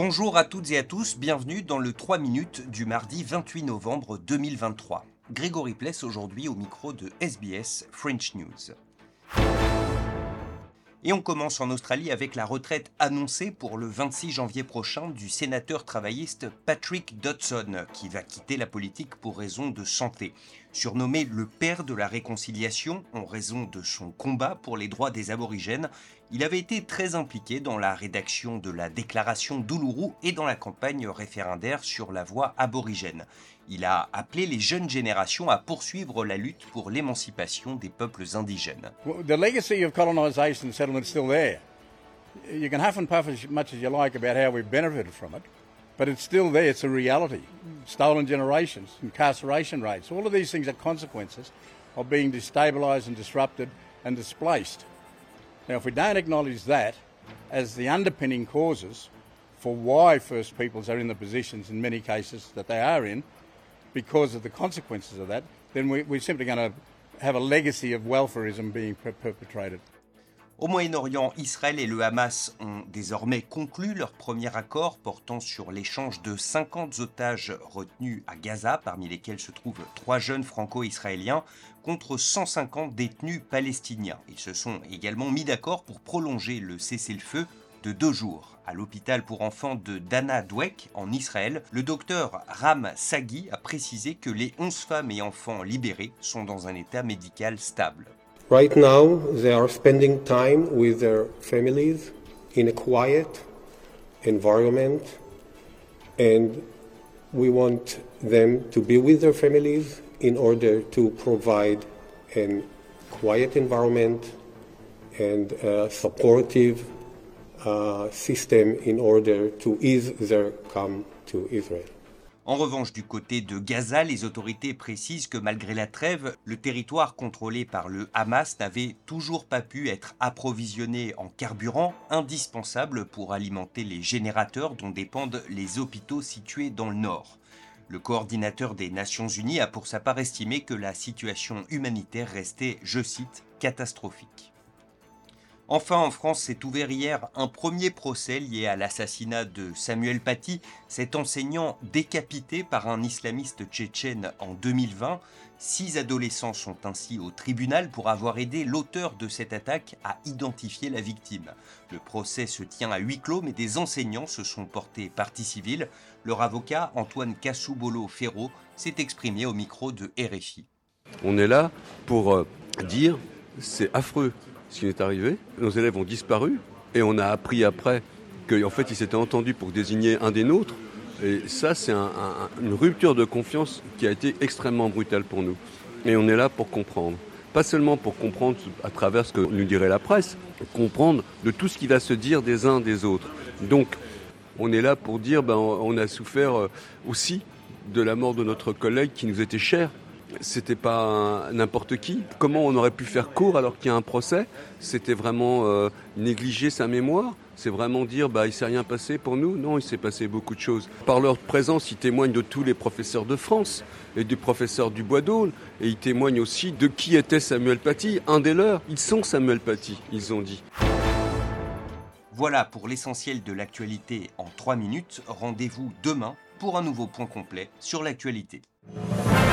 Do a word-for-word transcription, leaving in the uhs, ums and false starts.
Bonjour à toutes et à tous, bienvenue dans le trois minutes du mardi vingt-huit novembre deux mille vingt-trois. Grégory Pless aujourd'hui au micro de S B S French News. Et on commence en Australie avec la retraite annoncée pour le vingt-six janvier prochain du sénateur travailliste Patrick Dodson, qui va quitter la politique pour raison de santé. Surnommé le père de la réconciliation en raison de son combat pour les droits des aborigènes, il avait été très impliqué dans la rédaction de la déclaration d'Uluru et dans la campagne référendaire sur la voix aborigène. Il a appelé les jeunes générations à poursuivre la lutte pour l'émancipation des peuples indigènes. The legacy of colonisation and settlement is still there. You can huff and puff as much as you like about how we've benefited from it, but it's still there, it's a reality. Stolen generations, incarceration rates, all of these things are consequences of being destabilised and disrupted and displaced. Now, if we don't acknowledge that as the underpinning causes for why First Peoples are in the positions in many cases that they are in, because of the consequences of that, then we, we're simply going to have a legacy of welfarism being per- perpetrated. Au Moyen-Orient, Israël et le Hamas ont désormais conclu leur premier accord portant sur l'échange de cinquante otages retenus à Gaza, parmi lesquels se trouvent trois jeunes franco-israéliens, contre cent cinquante détenus palestiniens. Ils se sont également mis d'accord pour prolonger le cessez-le-feu de deux jours. À l'hôpital pour enfants de Dana Dweck, en Israël, le docteur Ram Sagui a précisé que les onze femmes et enfants libérés sont dans un état médical stable. Right now, they are spending time with their families in a quiet environment, and we want them to be with their families in order to provide a quiet environment and a supportive uh, system in order to ease their come to Israel. En revanche, du côté de Gaza, les autorités précisent que malgré la trêve, le territoire contrôlé par le Hamas n'avait toujours pas pu être approvisionné en carburant, indispensable pour alimenter les générateurs dont dépendent les hôpitaux situés dans le nord. Le coordinateur des Nations Unies a pour sa part estimé que la situation humanitaire restait, je cite, catastrophique. Enfin, en France, s'est ouvert hier un premier procès lié à l'assassinat de Samuel Paty, cet enseignant décapité par un islamiste tchétchène en deux mille vingt. Six adolescents sont ainsi au tribunal pour avoir aidé l'auteur de cette attaque à identifier la victime. Le procès se tient à huis clos, mais des enseignants se sont portés partie civile. Leur avocat, Antoine Casoubolo-Ferro, s'est exprimé au micro de R F I. On est là pour euh, dire c'est affreux ce qui est arrivé. Nos élèves ont disparu et on a appris après qu'en fait ils s'étaient entendus pour désigner un des nôtres. Et ça, c'est un, un, une rupture de confiance qui a été extrêmement brutale pour nous. Et on est là pour comprendre. Pas seulement pour comprendre à travers ce que nous dirait la presse, comprendre de tout ce qui va se dire des uns des autres. Donc, on est là pour dire ben, on a souffert aussi de la mort de notre collègue qui nous était cher. C'était pas n'importe qui. Comment on aurait pu faire court alors qu'il y a un procès ? C'était vraiment euh, négliger sa mémoire. C'est vraiment dire bah il s'est rien passé pour nous. Non, il s'est passé beaucoup de choses. Par leur présence, ils témoignent de tous les professeurs de France et du professeur du Bois d'Aulne. Et ils témoignent aussi de qui était Samuel Paty, un des leurs. Ils sont Samuel Paty, ils ont dit. Voilà pour l'essentiel de l'actualité en trois minutes. Rendez-vous demain pour un nouveau point complet sur l'actualité.